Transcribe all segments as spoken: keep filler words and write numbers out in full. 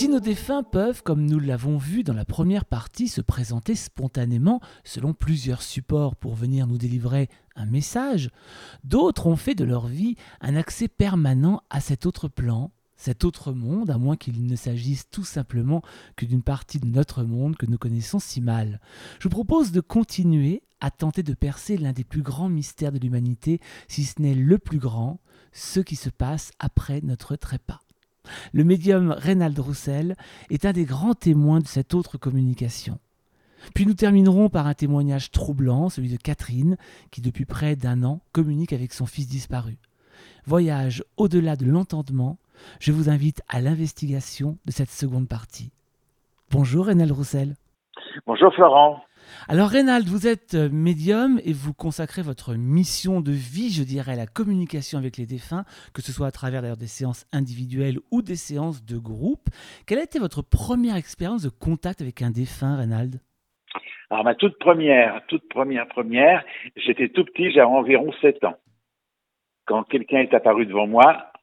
Si nos défunts peuvent, comme nous l'avons vu dans la première partie, se présenter spontanément selon plusieurs supports pour venir nous délivrer un message, d'autres ont fait de leur vie un accès permanent à cet autre plan, cet autre monde, à moins qu'il ne s'agisse tout simplement que d'une partie de notre monde que nous connaissons si mal. Je vous propose de continuer à tenter de percer l'un des plus grands mystères de l'humanité, si ce n'est le plus grand, ce qui se passe après notre trépas. Le médium Reynald Roussel est un des grands témoins de cette autre communication. Puis nous terminerons par un témoignage troublant, celui de Catherine, qui depuis près d'un an communique avec son fils disparu. Voyage au-delà de l'entendement, je vous invite à l'investigation de cette seconde partie. Bonjour Reynald Roussel. Bonjour Florent. Alors Reynald, vous êtes médium et vous consacrez votre mission de vie, je dirais, à la communication avec les défunts, que ce soit à travers d'ailleurs des séances individuelles ou des séances de groupe. Quelle a été votre première expérience de contact avec un défunt, Reynald ? Alors ma toute première, toute première première, j'étais tout petit, j'avais environ sept ans. Quand quelqu'un est apparu devant moi,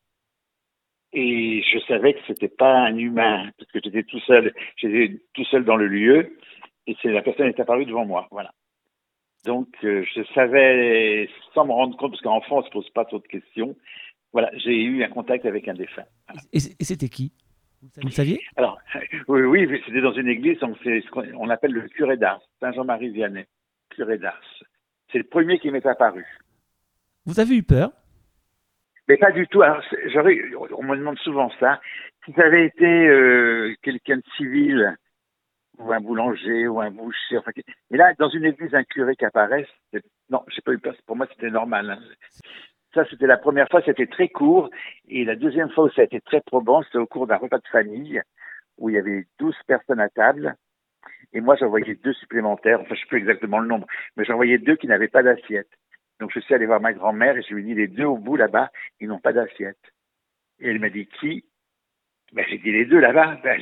et je savais que c'était pas un humain, parce que j'étais tout seul, j'étais tout seul dans le lieu, et c'est la personne est apparue devant moi, voilà. Donc euh, je savais, sans me rendre compte, parce qu'enfant on se pose pas trop de questions, voilà, j'ai eu un contact avec un défunt. Voilà. Et, et c'était qui ? Vous le saviez ? Alors, oui, oui, c'était dans une église, on, fait ce qu'on appelle le curé d'Ars, Saint-Jean-Marie Vianney, curé d'Ars. C'est le premier qui m'est apparu. Vous avez eu peur ? Mais pas du tout. Alors, j'aurais, on me demande souvent ça. Si ça avait été euh, quelqu'un de civil, ou un boulanger, ou un boucher, enfin, mais là, dans une église, un curé qui apparaît, c'est... non, j'ai pas eu peur. Pour moi, c'était normal. Hein. Ça, c'était la première fois, c'était très court. Et la deuxième fois où ça a été très probant, c'était au cours d'un repas de famille, où il y avait douze personnes à table. Et moi, j'en voyais deux supplémentaires. Enfin, je ne sais plus exactement le nombre, mais j'en voyais deux qui n'avaient pas d'assiette. Donc, je suis allé voir ma grand-mère et je lui ai dit, les deux au bout là-bas, ils n'ont pas d'assiette. Et elle m'a dit, qui? Ben, j'ai dit, les deux là-bas. Ben,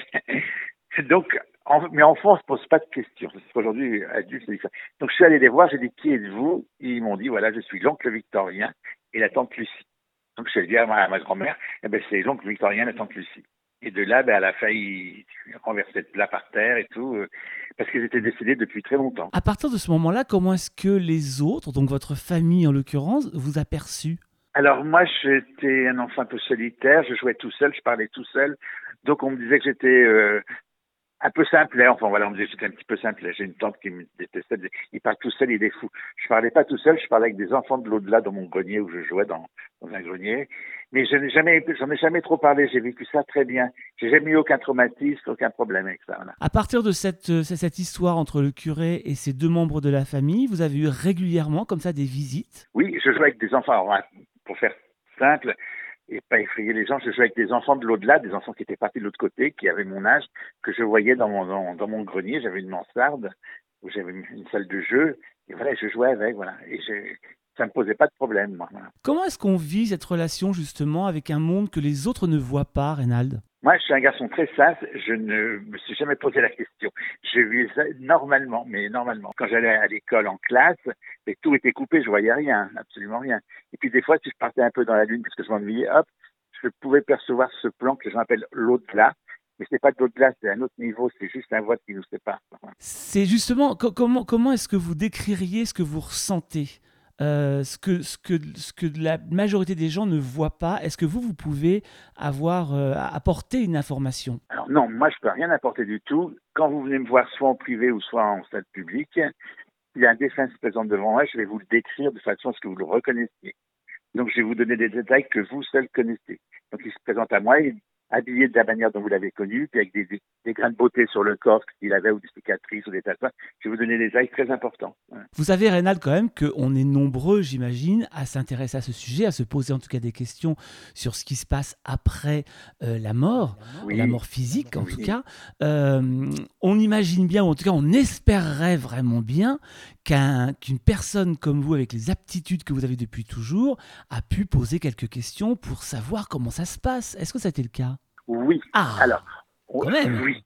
donc, en, mais enfant, on ne se pose pas de questions. C'est qu'aujourd'hui, adulte, c'est ça. Donc, je suis allé les voir, j'ai dit, qui êtes-vous? Et ils m'ont dit, voilà, je suis l'oncle Victorien et la tante Lucie. Donc, je suis allé dire à ma, à ma grand-mère, eh ben, c'est l'oncle Victorien et la tante Lucie. Et de là, ben, elle a failli renverser le plat par terre et tout, euh, parce qu'ils étaient décédés depuis très longtemps. À partir de ce moment-là, comment est-ce que les autres, donc votre famille en l'occurrence, vous a perçu ? Alors moi, j'étais un enfant un peu solitaire, je jouais tout seul, je parlais tout seul, donc on me disait que j'étais euh, un peu simplet, enfin voilà, on me disait que j'étais un petit peu simplet. J'ai une tante qui me détestait, il parle tout seul, il est fou. Je parlais pas tout seul, je parlais avec des enfants de l'au-delà dans mon grenier où je jouais dans, dans un grenier. Mais je n'ai jamais, j'en ai jamais trop parlé, j'ai vécu ça très bien. J'ai jamais eu aucun traumatisme, aucun problème avec ça. Voilà. À partir de cette, cette histoire entre le curé et ses deux membres de la famille, vous avez eu régulièrement comme ça des visites ? Oui, je jouais avec des enfants, alors, pour faire simple, et pas effrayer les gens, je jouais avec des enfants de l'au-delà, des enfants qui étaient partis de l'autre côté, qui avaient mon âge, que je voyais dans mon, dans, dans mon grenier. J'avais une mansarde où j'avais une salle de jeu, et voilà, je jouais avec, voilà, et je, ça me posait pas de problème, moi. Voilà. Comment est-ce qu'on vit cette relation justement avec un monde que les autres ne voient pas, Reynald ? Moi, je suis un garçon très sage, je ne me suis jamais posé la question. Je vis ça normalement, mais normalement. Quand j'allais à l'école en classe, et tout était coupé, je voyais rien, absolument rien. Et puis des fois, si je partais un peu dans la lune parce que je m'ennuyais, hop, je pouvais percevoir ce plan que j'appelle l'au-delà. Mais c'est pas de l'au-delà, c'est un autre niveau, c'est juste un voile qui nous sépare. C'est justement, co- comment, comment est-ce que vous décririez ce que vous ressentez ? Euh, ce, que, ce, que, ce que la majorité des gens ne voient pas, est-ce que vous, vous pouvez avoir euh, apporter une information ? Alors non, moi je peux rien apporter du tout. Quand vous venez me voir soit en privé ou soit en salle publique, s'il y a un défunt qui se présente devant moi, je vais vous le décrire de façon à ce que vous le reconnaissiez. Donc je vais vous donner des détails que vous seul connaissez. Donc il se présente à moi, il habillé de la manière dont vous l'avez connu, puis avec des, des, des grains de beauté sur le corps qu'il avait, ou des cicatrices, ou des tatouages. Je vais vous donner des détails très importants. Voilà. Vous savez, Reynald, quand même, qu'on est nombreux, j'imagine, à s'intéresser à ce sujet, à se poser en tout cas des questions sur ce qui se passe après euh, la mort, oui. la mort physique en oui. tout cas. Euh, on imagine bien, ou en tout cas on espérerait vraiment bien qu'un, qu'une personne comme vous, avec les aptitudes que vous avez depuis toujours, a pu poser quelques questions pour savoir comment ça se passe. Est-ce que ça a été le cas ? Oui. Ah, alors, on, quand même. Oui.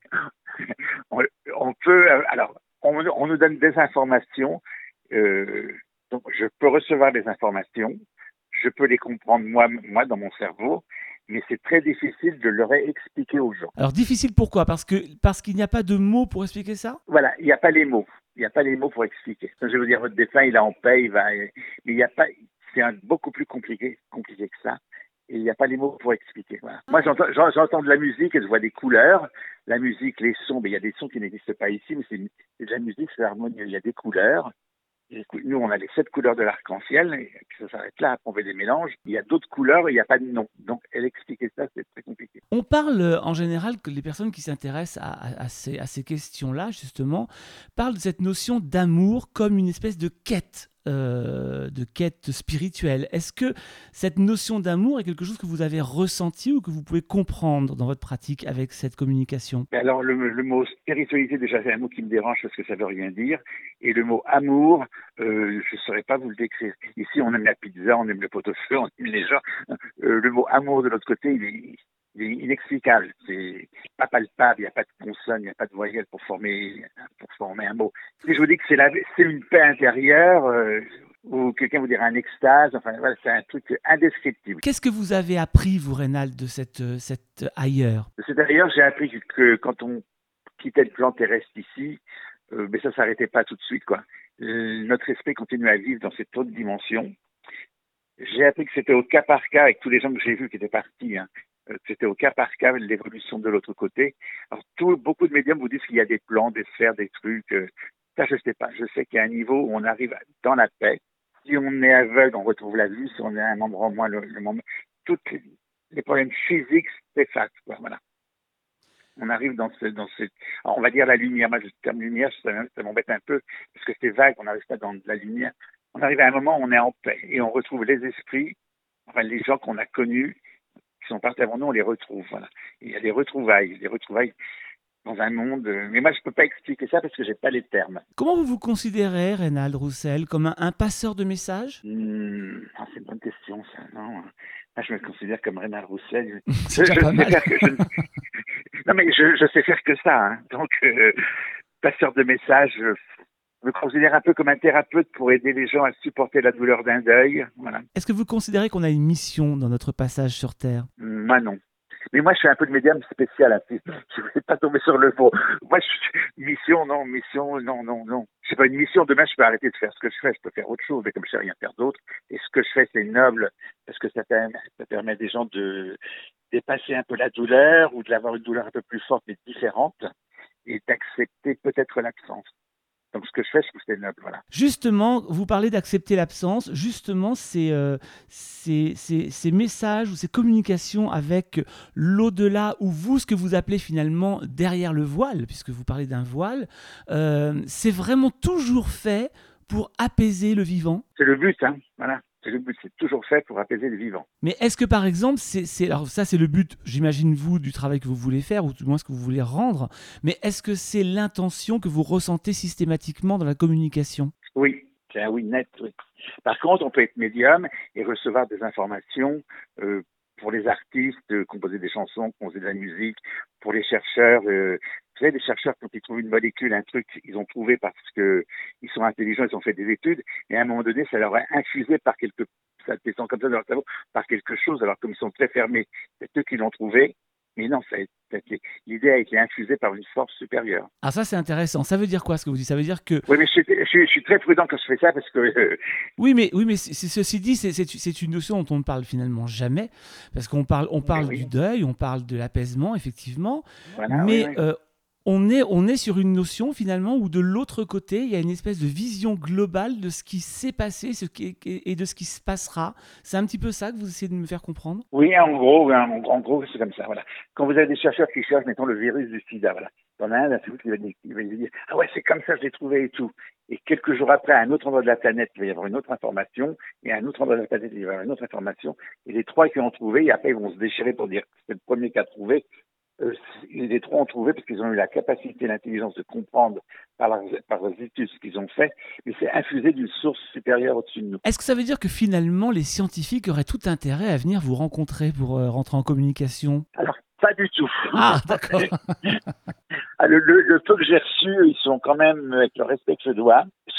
on, on peut. Alors, on, on nous donne des informations. Euh, donc, je peux recevoir des informations. Je peux les comprendre moi, moi dans mon cerveau. mais c'est très difficile de leur expliquer aux gens. Alors difficile pourquoi? Parce que parce qu'il n'y a pas de mots pour expliquer ça? Voilà, il n'y a pas les mots. Il n'y a pas les mots pour expliquer. Je vais vous dire, votre défunt, il est en paix, il va, mais il n'y a pas, c'est un, beaucoup plus compliqué, compliqué que ça. Et il n'y a pas les mots pour expliquer. Voilà. Moi, j'entends, j'entends de la musique et je vois des couleurs. La musique, les sons, mais il y a des sons qui n'existent pas ici, mais c'est, c'est de la musique, c'est harmonieux. Il y a des couleurs. Nous, on a les sept couleurs de l'arc-en-ciel, et puis ça s'arrête là, après on fait des mélanges. Il y a d'autres couleurs et il n'y a pas de nom. Donc, elle expliquer ça, c'est très compliqué. On parle euh, en général que les personnes qui s'intéressent à, à, à ces, à ces questions-là, justement, parlent de cette notion d'amour comme une espèce de quête. Euh, de quête spirituelle. Est-ce que cette notion d'amour est quelque chose que vous avez ressenti ou que vous pouvez comprendre dans votre pratique avec cette communication? Alors, le, le mot spiritualité, déjà, c'est un mot qui me dérange parce que ça veut rien dire. Et le mot amour, euh, je ne saurais pas vous le décrire. Ici, on aime la pizza, on aime le pot-au-feu, on aime les gens. Euh, le mot amour, de l'autre côté, il est, il est inexplicable. C'est pas palpable, il n'y a pas de consonne, il n'y a pas de voyelle pour former, pour former un mot. Si je vous dis que c'est, la, c'est une paix intérieure, euh, ou quelqu'un vous dirait un extase, enfin voilà, c'est un truc indescriptible. Qu'est-ce que vous avez appris, vous, Reynald, de cette, cette ailleurs? De cette ailleurs, j'ai appris que quand on quittait le plan terrestre ici, euh, mais ça s'arrêtait pas tout de suite, quoi. Euh, notre esprit continuait à vivre dans cette autre dimension. J'ai appris que c'était au cas par cas, avec tous les gens que j'ai vus qui étaient partis, hein, euh, que c'était au cas par cas l'évolution de l'autre côté. Alors, tout, beaucoup de médiums vous disent qu'il y a des plans, des sphères, des trucs. Euh, ça, je sais pas. Je sais qu'il y a un niveau où on arrive dans la paix. Si on est aveugle, on retrouve la vue. Si on est un membre en moins, le, le membre... Tous les, les problèmes physiques s'effacent, quoi. Voilà. On arrive dans ce, dans ce, alors on va dire la lumière. Moi, le terme lumière, ça, ça m'embête un peu parce que c'est vague. On n'arrive pas dans de la lumière. On arrive à un moment où on est en paix et on retrouve les esprits, enfin les gens qu'on a connus, qui sont partis avant nous, on les retrouve. Voilà. Et il y a des retrouvailles, des retrouvailles dans un monde. Mais moi, je peux pas expliquer ça parce que j'ai pas les termes. Comment vous vous considérez, Reynald Roussel, comme un, un passeur de messages? Mmh, ah, c'est une bonne question, ça. Non, moi, je me considère comme Reynald Roussel. C'est je, déjà pas je mal. sais faire que je... non, mais je, je sais faire que ça. Hein. Donc, euh, passeur de messages. Je... Je me considère un peu comme un thérapeute pour aider les gens à supporter la douleur d'un deuil. Voilà. Est-ce que vous considérez qu'on a une mission dans notre passage sur Terre? Moi, non. Mais moi, je suis un peu de médium spécial. Hein. Je ne vais pas tomber sur le faux. Moi, je... mission, non. Mission, non, non, non. C'est pas une mission. Demain, je peux arrêter de faire ce que je fais. Je peux faire autre chose. Mais comme je sais rien faire d'autre. Et ce que je fais, c'est noble. Parce que ça permet, ça permet à des gens de dépasser un peu la douleur ou de l'avoir une douleur un peu plus forte mais différente. Et d'accepter peut-être l'absence. Donc, ce que je fais, je trouve que c'est noble, voilà. Justement, vous parlez d'accepter l'absence. Justement, ces, euh, ces, ces, ces messages ou ces communications avec l'au-delà, ou vous, ce que vous appelez finalement derrière le voile, puisque vous parlez d'un voile, euh, c'est vraiment toujours fait pour apaiser le vivant? C'est le but, hein, voilà. C'est le but, c'est toujours fait pour apaiser les vivants. Mais est-ce que par exemple, c'est, c'est, alors ça c'est le but, j'imagine vous, du travail que vous voulez faire, ou du moins ce que vous voulez rendre, mais est-ce que c'est l'intention que vous ressentez systématiquement dans la communication? Oui, c'est un oui net, oui. Par contre, on peut être médium et recevoir des informations euh, pour les artistes, euh, composer des chansons, composer de la musique, pour les chercheurs. Euh, vous savez, les chercheurs, quand ils trouvent une molécule, un truc, ils ont trouvé parce que ils sont intelligents, ils ont fait des études, et à un moment donné, ça leur a infusé par quelque, ça descend comme ça dans leur cerveau, par quelque chose. Alors comme ils sont très fermés, c'est eux qui l'ont trouvé. Mais non, ça a été, l'idée a été infusée par une force supérieure. Ah, ça c'est intéressant. Ça veut dire quoi ce que vous dites? Ça veut dire que... Oui, mais je suis, je suis, je suis très prudent quand je fais ça parce que... Euh... Oui, mais, oui, mais c'est, c'est, ceci dit, c'est, c'est, c'est une notion dont on ne parle finalement jamais, parce qu'on parle, on parle oui. du deuil, on parle de l'apaisement, effectivement, voilà, mais... Oui, oui. Euh, On est, on est sur une notion finalement où de l'autre côté, il y a une espèce de vision globale de ce qui s'est passé ce qui, et de ce qui se passera. C'est un petit peu ça que vous essayez de me faire comprendre? Oui, en gros, en, en gros c'est comme ça. Voilà. Quand vous avez des chercheurs qui cherchent, mettons, le virus du sida, voilà. Il y en a un, là, c'est vous qui va dire « Ah ouais, c'est comme ça, je l'ai trouvé et tout ». Et quelques jours après, à un autre endroit de la planète, il va y avoir une autre information, et à un autre endroit de la planète, il va y avoir une autre information. Et les trois qui ont trouvé, et après, ils vont se déchirer pour dire que c'est le premier qui a trouvé. Euh, les trois ont trouvé parce qu'ils ont eu la capacité, l'intelligence de comprendre par, leur, par leurs études ce qu'ils ont fait, mais c'est infusé d'une source supérieure au-dessus de nous. Est-ce que ça veut dire que finalement les scientifiques auraient tout intérêt à venir vous rencontrer pour euh, rentrer en communication? Alors, pas du tout. Ah, d'accord. le, le, le peu que j'ai reçu, ils sont quand même, avec le respect que je dois,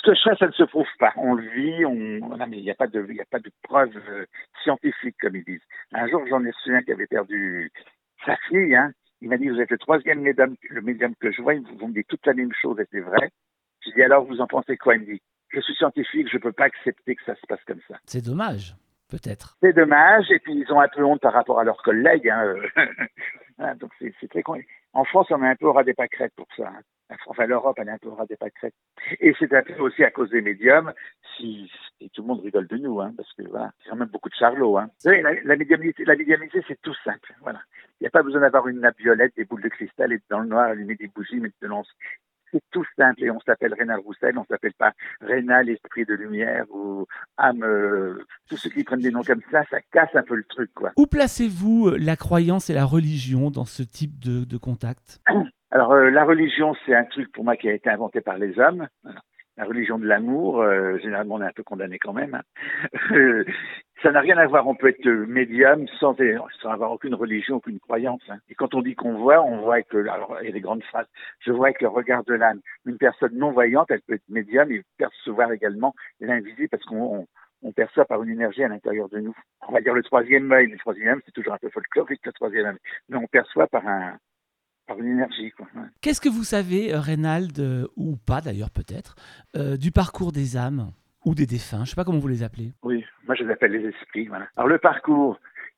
Ce que je fais, ça ne se prouve pas. On le vit, on, non, mais il n'y a pas de, il y a pas de preuves euh, scientifiques, comme ils disent. Un jour, j'en ai reçu un qui avait perdu sa fille, hein. Il m'a dit, vous êtes le troisième médium, le médium que je vois, vous, vous me dites toute la même chose et c'est vrai. J'ai dit, alors, vous en pensez quoi? Il me dit, je suis scientifique, je ne peux pas accepter que ça se passe comme ça. C'est dommage, peut-être. C'est dommage, et puis ils ont un peu honte par rapport à leurs collègues, hein. Voilà, donc c'est, c'est très con. En France, on est un peu au ras des pâquerettes pour ça, hein. Enfin, l'Europe, elle est un peu au ras des pâquerettes. Et c'est un peu aussi à cause des médiums, si, et tout le monde rigole de nous, hein, parce que voilà, c'est quand même beaucoup de charlots, hein. Vous savez, la, la médiumnité, la médiumnité, c'est tout simple, voilà. Il n'y a pas besoin d'avoir une nappe violette, des boules de cristal, être dans le noir, allumer des bougies, mettre de l'encens. C'est tout simple, et on s'appelle Rénal Roussel, on s'appelle pas Rénal, esprit de lumière, ou âme, euh, tous ceux qui prennent des noms comme ça, ça casse un peu le truc, quoi. Où placez-vous la croyance et la religion dans ce type de, de contact? Alors, euh, la religion, c'est un truc pour moi qui a été inventé par les hommes. Voilà. La religion de l'amour, euh, généralement, on est un peu condamné quand même, hein. Euh, ça n'a rien à voir. On peut être médium sans, sans avoir aucune religion, aucune croyance, hein. Et quand on dit qu'on voit, on voit avec le, alors, il y a des grandes phrases. Je vois avec le regard de l'âme. Une personne non-voyante, elle peut être médium et percevoir également l'invisible parce qu'on on, on perçoit par une énergie à l'intérieur de nous. On va dire le troisième œil. Le troisième œil, c'est toujours un peu folklorique, le troisième œil. Mais on perçoit par un, par une énergie, quoi. Ouais. Qu'est-ce que vous savez, Reynald, euh, ou pas d'ailleurs peut-être, euh, du parcours des âmes ou des défunts? Je ne sais pas comment vous les appelez. Oui, moi je les appelle les esprits. Voilà. Alors le parcours,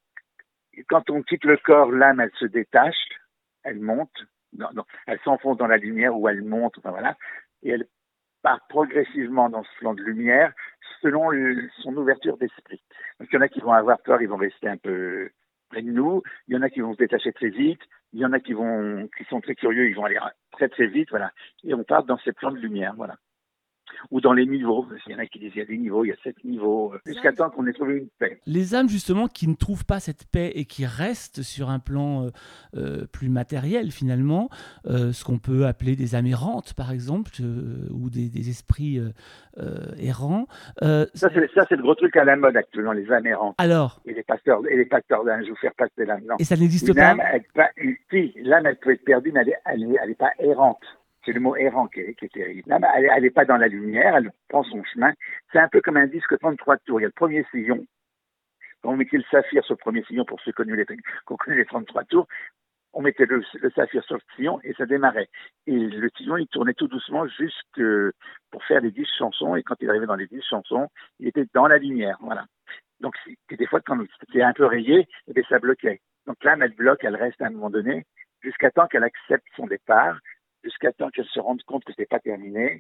quand on quitte le corps, l'âme, elle se détache, elle monte, non, non, elle s'enfonce dans la lumière ou elle monte, enfin voilà, et elle part progressivement dans ce flanc de lumière selon le, son ouverture d'esprit. Donc il y en a qui vont avoir peur, ils vont rester un peu près de nous. Il y en a qui vont se détacher très vite. Il y en a qui vont, qui sont très curieux, ils vont aller très très vite, voilà. Et on part dans ces plans de lumière, voilà. Ou dans les niveaux. Il y en a qui disent il y a des niveaux, il y a sept niveaux, jusqu'à temps qu'on ait trouvé une paix. Les âmes, justement, qui ne trouvent pas cette paix et qui restent sur un plan euh, euh, plus matériel, finalement, euh, ce qu'on peut appeler des âmes errantes, par exemple, euh, ou des, des esprits euh, euh, errants. Euh, ça, c'est, ça, c'est le gros truc à la mode actuellement, les âmes errantes. Alors Et les pasteurs, et les pasteurs d'âme, je vous faire passer l'âme. Non. Et ça n'existe une pas âme, elle, elle, si, l'âme, elle peut être perdue, mais elle n'est elle est, elle est pas errante. C'est le mot errant qui est, qui est terrible. L'âme, elle n'est pas dans la lumière, elle prend son chemin. C'est un peu comme un disque trente-trois tours. Il y a le premier sillon. Quand on mettait le saphir sur le premier sillon, pour ceux qui connaissent les, qu'on connaît les trente-trois tours, on mettait le, le saphir sur le sillon et ça démarrait. Et le sillon, il tournait tout doucement jusque pour faire les dix chansons. Et quand il arrivait dans les dix chansons, il était dans la lumière. Voilà. Donc, c'est, des fois, quand c'était un peu rayé, et bien, ça bloquait. Donc l'âme, elle bloque, elle reste à un moment donné, jusqu'à temps qu'elle accepte son départ, jusqu'à temps qu'elle se rende compte que c'est pas terminé,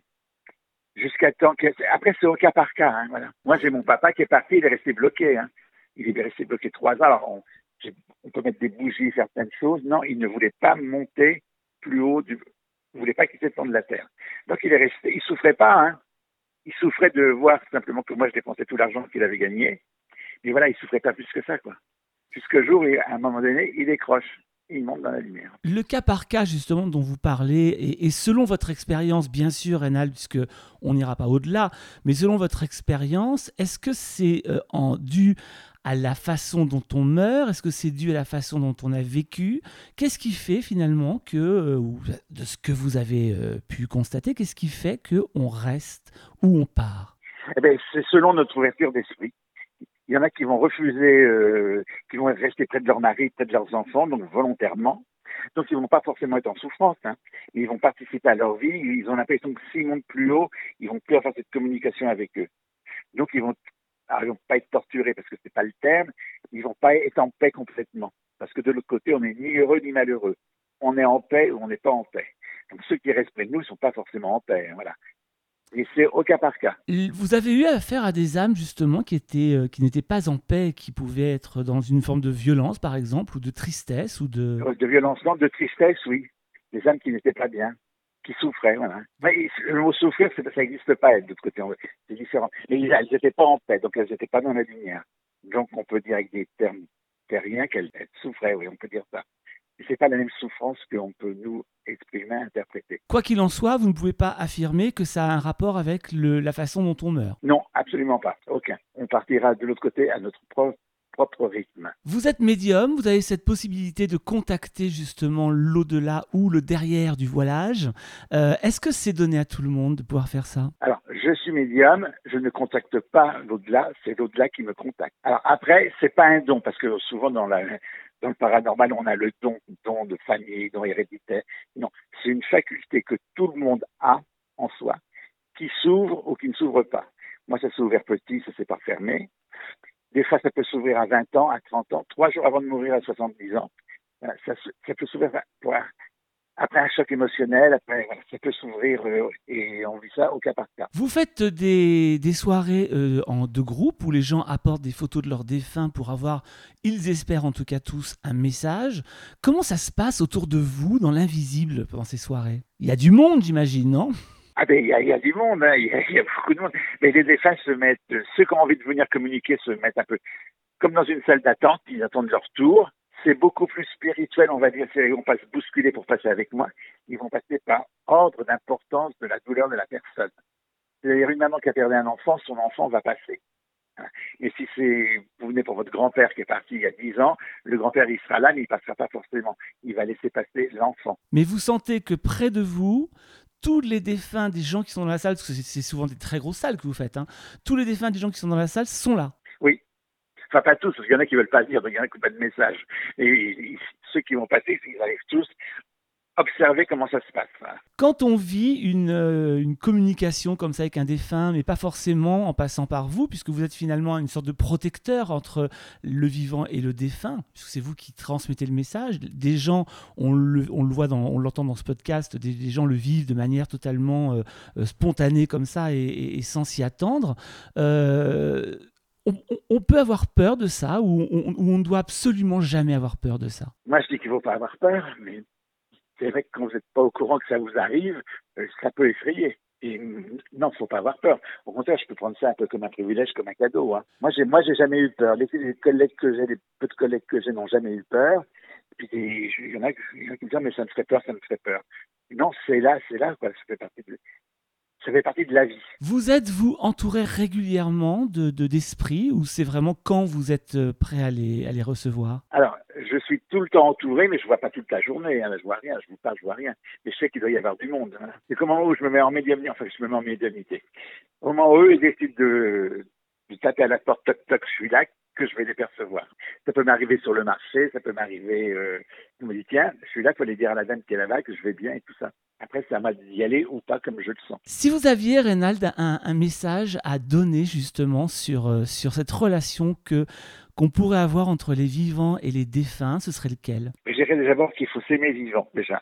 jusqu'à temps que... Après, c'est au cas par cas, hein, voilà. Moi, j'ai mon papa qui est parti, il est resté bloqué, hein. Il est resté bloqué trois ans. Alors, on, on peut mettre des bougies, certaines choses. Non, il ne voulait pas monter plus haut du... Il ne voulait pas quitter le fond de la terre. Donc, il est resté... Il souffrait pas, hein. Il souffrait de voir simplement que moi, je dépensais tout l'argent qu'il avait gagné. Mais voilà, il souffrait pas plus que ça, quoi. Jusqu'au jour, et à un moment donné, il décroche. Il monte dans la lumière. Le cas par cas, justement, dont vous parlez, et, et selon votre expérience, bien sûr, Reynald, puisque on n'ira pas au-delà, mais selon votre expérience, est-ce que c'est euh, en dû à la façon dont on meurt? Est-ce que c'est dû à la façon dont on a vécu? Qu'est-ce qui fait finalement que, euh, de ce que vous avez euh, pu constater, qu'est-ce qui fait qu'on reste où on part? Eh bien, c'est selon notre ouverture d'esprit. Il y en a qui vont refuser, euh, qui vont rester près de leur mari, près de leurs enfants, donc volontairement. Donc, ils vont pas forcément être en souffrance, hein. Ils vont participer à leur vie. Ils ont l'impression que s'ils montent plus haut, ils vont plus avoir cette communication avec eux. Donc, ils vont, alors, ils vont pas être torturés parce que c'est pas le terme. Ils vont pas être en paix complètement. Parce que de l'autre côté, on n'est ni heureux ni malheureux. On est en paix ou on n'est pas en paix. Donc, ceux qui restent près de nous, ils sont pas forcément en paix, hein, voilà. Et c'est au cas par cas. Vous avez eu affaire à des âmes, justement, qui étaient, euh, qui n'étaient pas en paix, qui pouvaient être dans une forme de violence, par exemple, ou de tristesse, ou de... De violence, non, de tristesse, oui. Des âmes qui n'étaient pas bien, qui souffraient, voilà. Mais le mot souffrir, c'est, ça n'existe pas, de l'autre côté, c'est différent. Mais elles n'étaient pas en paix, donc elles n'étaient pas dans la lumière. Donc on peut dire avec des termes terriens qu'elles souffraient, oui, on peut dire ça. Mais c'est pas la même souffrance qu'on peut nous exprimer, interpréter. Quoi qu'il en soit, vous ne pouvez pas affirmer que ça a un rapport avec le, la façon dont on meurt. Non, absolument pas, aucun. On partira de l'autre côté à notre propre, propre rythme. Vous êtes médium, vous avez cette possibilité de contacter justement l'au-delà ou le derrière du voilage. Euh, est-ce que c'est donné à tout le monde de pouvoir faire ça? Alors, je suis médium, je ne contacte pas l'au-delà, c'est l'au-delà qui me contacte. Alors après, c'est pas un don, parce que souvent dans la dans le paranormal, on a le don, don de famille, don héréditaire. Non, c'est une faculté que tout le monde a en soi, qui s'ouvre ou qui ne s'ouvre pas. Moi, ça s'est ouvert petit, ça s'est pas fermé. Des fois, ça peut s'ouvrir à vingt ans, à trente ans, trois jours avant de mourir à soixante-dix ans. Voilà, ça, ça peut s'ouvrir pour un- après un choc émotionnel, après, voilà, ça peut s'ouvrir euh, et on vit ça au cas par cas. Vous faites des, des soirées euh, en deux groupes où les gens apportent des photos de leurs défunts pour avoir, ils espèrent en tout cas tous, un message. Comment ça se passe autour de vous dans l'invisible pendant ces soirées? Il y a du monde, j'imagine, non? Ah ben il y a, il y a du monde, hein, il, y a, il y a beaucoup de monde. Mais les défunts se mettent, euh, ceux qui ont envie de venir communiquer se mettent un peu comme dans une salle d'attente, ils attendent leur tour. C'est beaucoup plus spirituel, on va dire. C'est- Ils vont pas se bousculer pour passer avec moi. Ils vont passer par ordre d'importance de la douleur de la personne. C'est-à-dire une maman qui a perdu un enfant, son enfant va passer. Hein. Et si c'est, vous venez pour votre grand-père qui est parti il y a dix ans, le grand-père il sera là, mais il passera pas forcément. Il va laisser passer l'enfant. Mais vous sentez que près de vous, tous les défunts des gens qui sont dans la salle, parce que c'est c'est souvent des très grosses salles que vous faites, hein, tous les défunts des gens qui sont dans la salle sont là. Oui. Enfin, pas tous, parce qu'il y en a qui veulent pas dire, donc il y en a qui n'ont pas de message. Et, et- ceux qui vont passer, ils arrivent tous à observer comment ça se passe. Hein. Quand on vit une, euh, une communication comme ça avec un défunt, mais pas forcément en passant par vous, puisque vous êtes finalement une sorte de protecteur entre le vivant et le défunt, puisque c'est vous qui transmettez le message. Des gens, on le, on le voit, dans, on l'entend dans ce podcast, des, des gens le vivent de manière totalement euh, euh, spontanée comme ça et, et- et sans s'y attendre. Euh, on, on- on peut avoir peur de ça ou on, ou on ne doit absolument jamais avoir peur de ça. Moi, je dis qu'il ne faut pas avoir peur, mais c'est vrai que quand vous n'êtes pas au courant que ça vous arrive, euh, ça peut effrayer. Et mm, non, faut pas avoir peur. Au contraire, je peux prendre ça un peu comme un privilège, comme un cadeau. Hein. Moi, j'ai, moi, j'ai jamais eu peur. Les, les collègues que j'ai, les peu de collègues que j'ai n'ont jamais eu peur. Puis des- il y en a, il y en a qui me disent, ah, mais ça me ferait peur, ça me ferait peur. Non, c'est là, c'est là, quoi. Ça fait partie de, ça fait partie de la vie. Vous êtes-vous entouré régulièrement de, de- d'esprits ou c'est vraiment quand vous êtes euh, prêt à les, à les recevoir? Alors, je suis tout le temps entouré, mais je vois pas toute la journée. Hein. Je vois rien, je vous parle, je vois rien. Mais je sais qu'il doit y avoir du monde. Hein. C'est comme au moment où je me mets en médiumnité, enfin, je me mets en médiumnité. Au moment où eux, ils décident de, de taper à la porte, toc, toc, je suis là, que je vais les percevoir. Ça peut m'arriver sur le marché, ça peut m'arriver, euh, on me dit, tiens, je suis là, il faut aller dire à la dame qui est là-bas que je vais bien et tout ça. Après, c'est à moi d'y aller ou pas comme je le sens. Si vous aviez, Reynald, un, un message à donner justement sur, euh, sur cette relation que, qu'on pourrait avoir entre les vivants et les défunts, ce serait lequel? Mais je dirais d'abord qu'il faut s'aimer vivant, déjà.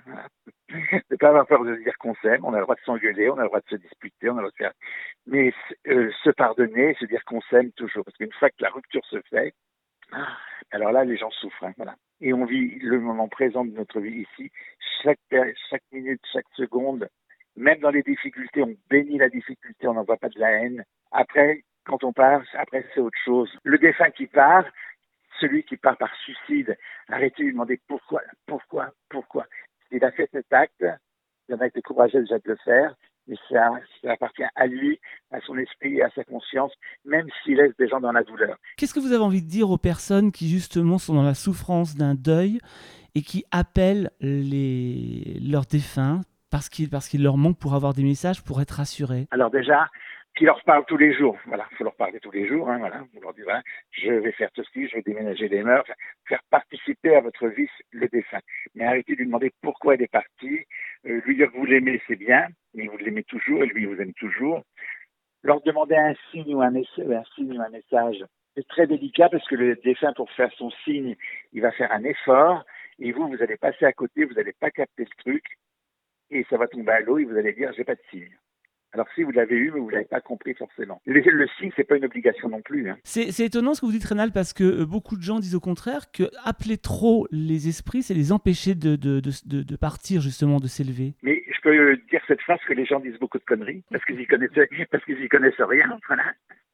Ne pas avoir peur de dire qu'on s'aime, on a le droit de s'engueuler, on a le droit de se disputer, on a le droit de faire... Mais euh, se pardonner, se dire qu'on s'aime toujours. Parce qu'une fois que la rupture se fait, ah, alors là, les gens souffrent. Hein, voilà. Et on vit le moment présent de notre vie ici. Chaque, chaque minute, chaque seconde, même dans les difficultés, on bénit la difficulté, on n'envoie pas de la haine. Après, quand on part, après, c'est autre chose. Le défunt qui part, celui qui part par suicide, arrêtez de lui demander pourquoi, pourquoi, pourquoi. Il a fait cet acte, il en a été courageux déjà de le faire, mais ça, ça appartient à lui, à son esprit et à sa conscience, même s'il laisse des gens dans la douleur. Qu'est-ce que vous avez envie de dire aux personnes qui justement sont dans la souffrance d'un deuil et qui appellent les, leurs défunts parce qu'il, parce qu'il leur manque pour avoir des messages pour être rassurés? Alors déjà, qui leur parle tous les jours. Voilà, il faut leur parler tous les jours. Hein, voilà, vous leur dites, voilà, je vais faire ceci, je vais déménager les mœurs, enfin, faire participer à votre vie le défunt. Mais arrêtez de lui demander pourquoi il est parti. Euh, lui dire que vous l'aimez, c'est bien, mais vous l'aimez toujours et lui il vous aime toujours. Leur demander un signe ou un message, un signe ou un message. C'est très délicat parce que le défunt, pour faire son signe, il va faire un effort et vous, vous allez passer à côté, vous n'allez pas capter le truc et ça va tomber à l'eau et vous allez dire j'ai pas de signe. Alors si vous l'avez eu, mais vous l'avez pas compris forcément. Le, le signe, c'est pas une obligation non plus. Hein. C'est, c'est étonnant ce que vous dites, Rénal, parce que euh, beaucoup de gens disent au contraire que appeler trop les esprits, c'est les empêcher de, de, de, de, de partir, justement, de s'élever. Mais je peux dire cette phrase que les gens disent beaucoup de conneries parce qu'ils y connaissent, parce qu'ils y connaissent rien. Voilà.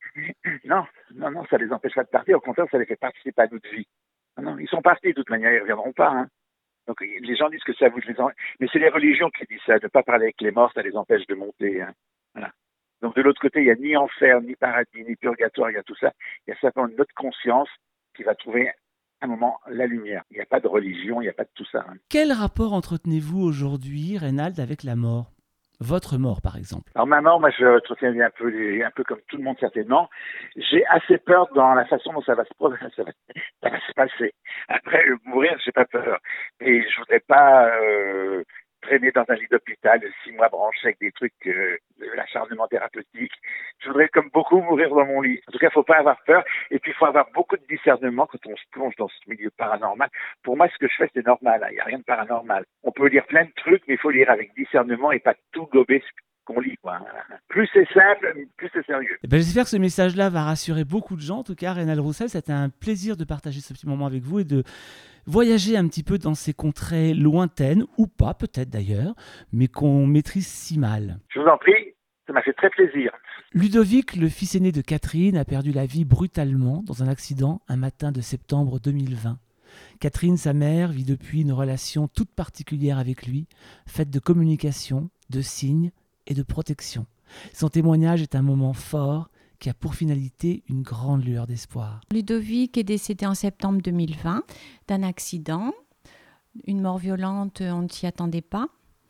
Non, non, non, ça les empêche pas de partir. Au contraire, ça les fait participer à notre vie. Non, non, ils sont partis de toute manière, ils reviendront pas. Hein. Donc les gens disent que ça vous les en... mais c'est les religions qui disent ça, de ne pas parler avec les morts, ça les empêche de monter. Hein. Voilà. Donc de l'autre côté, il n'y a ni enfer, ni paradis, ni purgatoire, il y a tout ça. Il y a simplement notre conscience qui va trouver un moment la lumière. Il n'y a pas de religion, il n'y a pas de tout ça. Hein. Quel rapport entretenez-vous aujourd'hui, Reynald, avec la mort? votre mort, par exemple? Alors ma mort, moi je retiens un peu, les- un peu comme tout le monde certainement. J'ai assez peur dans la façon dont ça va se, pro- ça va, ça va se passer. Après euh, mourir, j'ai pas peur, mais je voudrais pas euh, traîner dans un lit d'hôpital six mois branché avec des trucs, euh, de l'acharnement thérapeutique. Je voudrais comme beaucoup mourir dans mon lit. En tout cas, faut pas avoir peur. Et puis il faut avoir beaucoup de discernement quand on se plonge dans ce milieu paranormal. Pour moi, ce que je fais, c'est normal. Il n'y a rien de paranormal. On peut lire plein de trucs, mais il faut lire avec discernement et pas tout gober qu'on lit, quoi. Plus c'est simple, plus c'est sérieux. Eh ben, j'espère que ce message-là va rassurer beaucoup de gens. En tout cas, Reynald Roussel, c'était un plaisir de partager ce petit moment avec vous et de voyager un petit peu dans ces contrées lointaines, ou pas peut-être d'ailleurs, mais qu'on maîtrise si mal. Je vous en prie, ça m'a fait très plaisir. Ludovic, le fils aîné de Catherine, a perdu la vie brutalement dans un accident un matin de septembre deux mille vingt. Catherine, sa mère, vit depuis une relation toute particulière avec lui, faite de communication, de signes et de protection. Son témoignage est un moment fort qui a pour finalité une grande lueur d'espoir. Ludovic est décédé en septembre deux mille vingt d'un accident, une mort violente, on ne s'y attendait pas.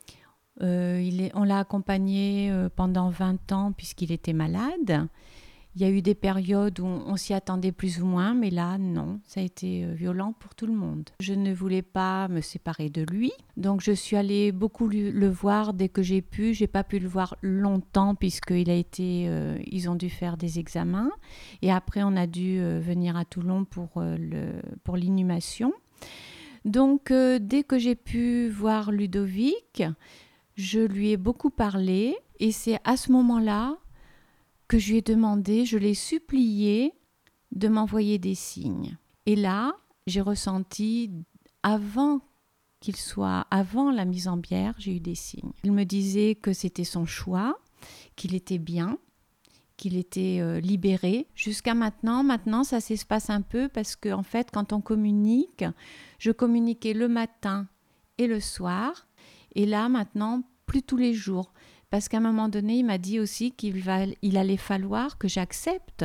Euh, il est, on l'a accompagné euh, pendant vingt ans puisqu'il était malade. Il y a eu des périodes où on s'y attendait plus ou moins, mais là, non, ça a été violent pour tout le monde. Je ne voulais pas me séparer de lui, donc je suis allée beaucoup le voir dès que j'ai pu. J'ai pas pu le voir longtemps puisqu'il a été, euh, ils ont dû faire des examens, et après on a dû euh, venir à Toulon pour euh, le, pour l'inhumation. Donc euh, dès que j'ai pu voir Ludovic, je lui ai beaucoup parlé, et c'est à ce moment-là que je lui ai demandé, je l'ai supplié de m'envoyer des signes. Et là, j'ai ressenti, avant qu'il soit, avant la mise en bière, j'ai eu des signes. Il me disait que c'était son choix, qu'il était bien, qu'il était euh, libéré. Jusqu'à maintenant, maintenant, ça s'espace un peu parce qu'en en fait, quand on communique, je communiquais le matin et le soir. Et là, maintenant, plus tous les jours. Parce qu'à un moment donné, il m'a dit aussi qu'il va, il allait falloir que j'accepte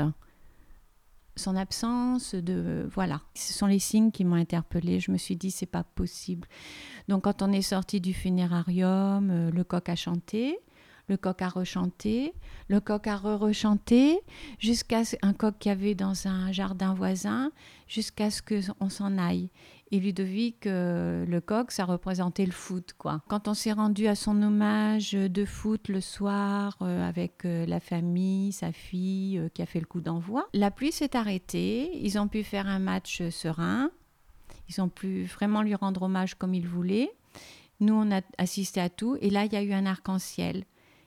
son absence. De, voilà. Ce sont les signes qui m'ont interpellée. Je me suis dit, c'est pas possible. Donc, quand on est sorti du funérarium, euh, le coq a chanté, le coq a rechanté, le coq a re-rechanté, jusqu'à ce, un coq qu'il y avait dans un jardin voisin, jusqu'à ce qu'on s'en aille. Et Ludovic, euh, le coq, ça représentait le foot, quoi. Quand on s'est rendu à son hommage de foot le soir, euh, avec euh, la famille, sa fille, euh, qui a fait le coup d'envoi, la pluie s'est arrêtée, ils ont pu faire un match serein, ils ont pu vraiment lui rendre hommage comme ils voulaient. Nous, on a assisté à tout, et là, il y a eu un arc-en-ciel.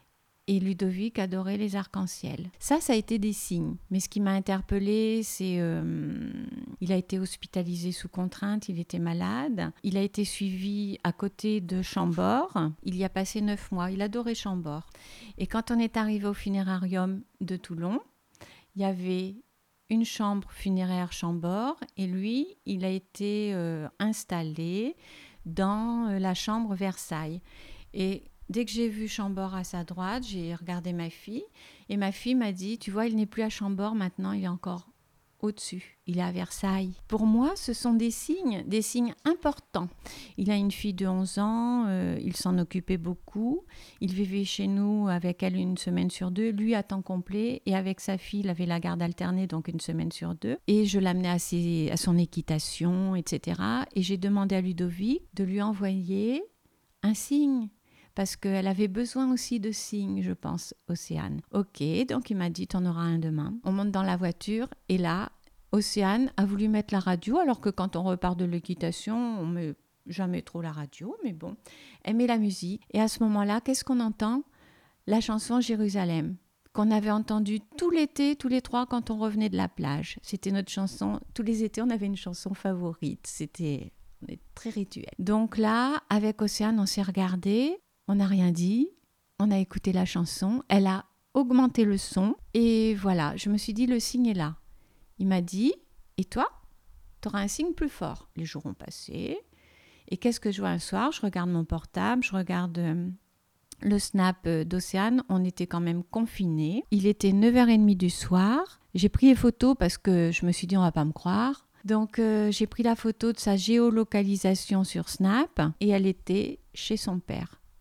Et Ludovic adorait les arcs-en-ciel. Ça, ça a été des signes. Mais ce qui m'a interpellée, c'est... Euh, il a été hospitalisé sous contrainte, il était malade. Il a été suivi à côté de Chambord. Il y a passé neuf mois. Il adorait Chambord. Et quand on est arrivé au funérarium de Toulon, il y avait une chambre funéraire Chambord. Et lui, il a été euh, installé dans euh, la chambre Versailles. Et dès que j'ai vu Chambord à sa droite, j'ai regardé ma fille et ma fille m'a dit, tu vois, il n'est plus à Chambord maintenant, il est encore au-dessus, il est à Versailles. Pour moi, ce sont des signes, des signes importants. Il a une fille de onze ans, euh, il s'en occupait beaucoup, il vivait chez nous avec elle une semaine sur deux, lui à temps complet, et avec sa fille, il avait la garde alternée, donc une semaine sur deux, et je l'amenais à, ses, à son équitation, et cetera. Et j'ai demandé à Ludovic de lui envoyer un signe, parce qu'elle avait besoin aussi de signes, je pense, Océane. Ok, donc il m'a dit, t'en auras un demain. On monte dans la voiture, et là, Océane a voulu mettre la radio, alors que quand on repart de l'équitation, on met jamais trop la radio, mais bon, elle met la musique. Et à ce moment-là, qu'est-ce qu'on entend ? La chanson Jérusalem, qu'on avait entendue tout l'été, tous les trois, quand on revenait de la plage. C'était notre chanson, tous les étés, on avait une chanson favorite. C'était on est très rituel. Donc là, avec Océane, on s'est regardé. On n'a rien dit, on a écouté la chanson, elle a augmenté le son et voilà, je me suis dit le signe est là. Il m'a dit, et toi, tu auras un signe plus fort. Les jours ont passé et qu'est-ce que je vois un soir ? Je regarde mon portable, je regarde euh, le snap d'Océane, on était quand même confinés. Il était neuf heures trente du soir, j'ai pris les photos parce que je me suis dit on va pas me croire. Donc euh, j'ai pris la photo de sa géolocalisation sur Snap et elle était chez son père.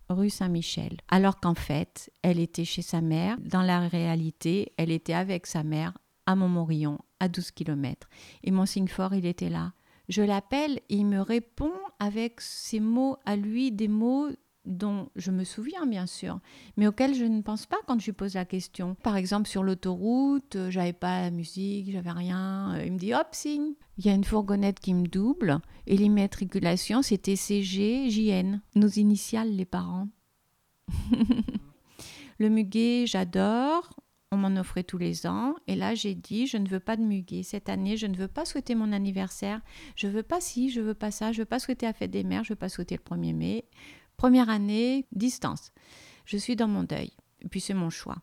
rue Saint-Michel. Alors qu'en fait, elle était chez sa mère. Dans la réalité, elle était avec sa mère à Montmorillon, à douze kilomètres. Et mon signe fort, il était là. Je l'appelle et il me répond avec ses mots à lui, des mots dont je me souviens bien sûr, mais auxquels je ne pense pas quand je lui pose la question. Par exemple, sur l'autoroute, euh, j'avais pas la musique, j'avais rien. Euh, il me dit hop, signe. Il y a une fourgonnette qui me double et l'immatriculation, c'était C G J N, nos initiales, les parents. Le muguet, j'adore. On m'en offrait tous les ans. Et là, j'ai dit, je ne veux pas de muguet. Cette année, je ne veux pas souhaiter mon anniversaire. Je ne veux pas ci, je ne veux pas ça. Je ne veux pas souhaiter la fête des mères. Je ne veux pas souhaiter le premier mai. Première année, distance. Je suis dans mon deuil. Et puis, c'est mon choix.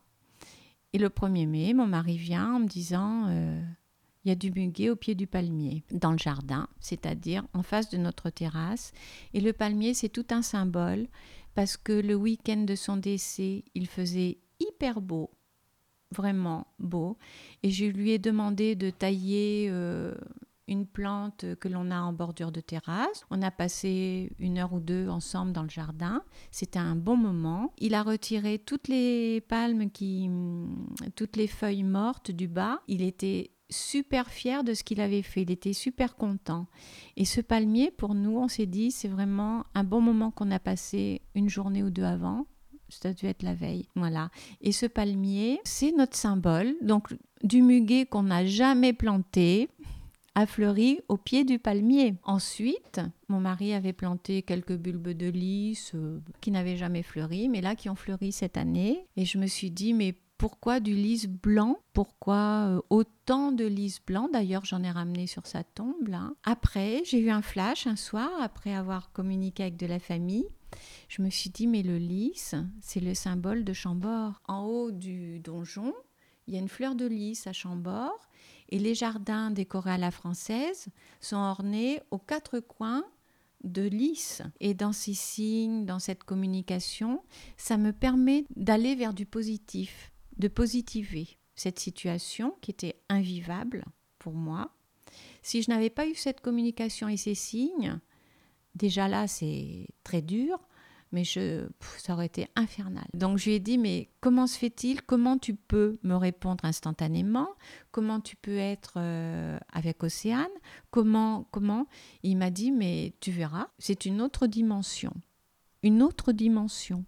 Et le premier mai, mon mari vient en me disant, euh, il y a du muguet au pied du palmier, dans le jardin, c'est-à-dire en face de notre terrasse. Et le palmier, c'est tout un symbole parce que le week-end de son décès, il faisait hyper beau. Vraiment beau. Et je lui ai demandé de tailler euh, une plante que l'on a en bordure de terrasse. On a passé une heure ou deux ensemble dans le jardin. C'était un bon moment. Il a retiré toutes les palmes, qui, toutes les feuilles mortes du bas. Il était super fier de ce qu'il avait fait. Il était super content. Et ce palmier, pour nous, on s'est dit, c'est vraiment un bon moment qu'on a passé une journée ou deux avant. Ça a dû être la veille, voilà. Et ce palmier, c'est notre symbole. Donc, du muguet qu'on n'a jamais planté a fleuri au pied du palmier. Ensuite, mon mari avait planté quelques bulbes de lys euh, qui n'avaient jamais fleuri, mais là, qui ont fleuri cette année. Et je me suis dit, mais pourquoi du lys blanc ? Pourquoi euh, autant de lys blanc ? D'ailleurs, j'en ai ramené sur sa tombe, là. Après, j'ai eu un flash un soir, après avoir communiqué avec de la famille. Je me suis dit, mais le lys, c'est le symbole de Chambord. En haut du donjon, il y a une fleur de lys à Chambord et les jardins décorés à la française sont ornés aux quatre coins de lys. Et dans ces signes, dans cette communication, ça me permet d'aller vers du positif, de positiver cette situation qui était invivable pour moi. Si je n'avais pas eu cette communication et ces signes, déjà là, c'est très dur, mais je, pff, ça aurait été infernal. Donc je lui ai dit, mais comment se fait-il ? Comment tu peux me répondre instantanément ? Comment tu peux être euh, avec Océane ? Comment, comment ? Et il m'a dit, mais tu verras, c'est une autre dimension. Une autre dimension.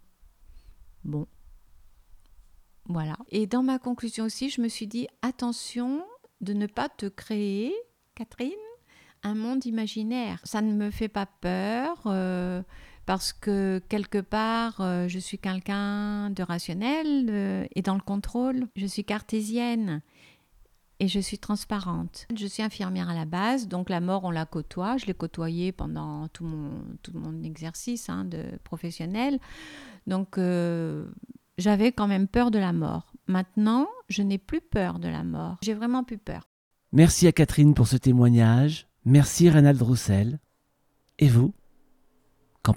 Bon, voilà. Et dans ma conclusion aussi, je me suis dit, attention de ne pas te créer, Catherine, un monde imaginaire. Ça ne me fait pas peur euh, parce que quelque part, euh, je suis quelqu'un de rationnel euh, et dans le contrôle. Je suis cartésienne et je suis transparente. Je suis infirmière à la base, donc la mort, on la côtoie. Je l'ai côtoyée pendant tout mon, tout mon exercice hein, de professionnel. Donc, euh, j'avais quand même peur de la mort. Maintenant, je n'ai plus peur de la mort. J'ai vraiment plus peur. Merci à Catherine pour ce témoignage. Merci Reynald Roussel. Et vous, qu'en pensez-vous ?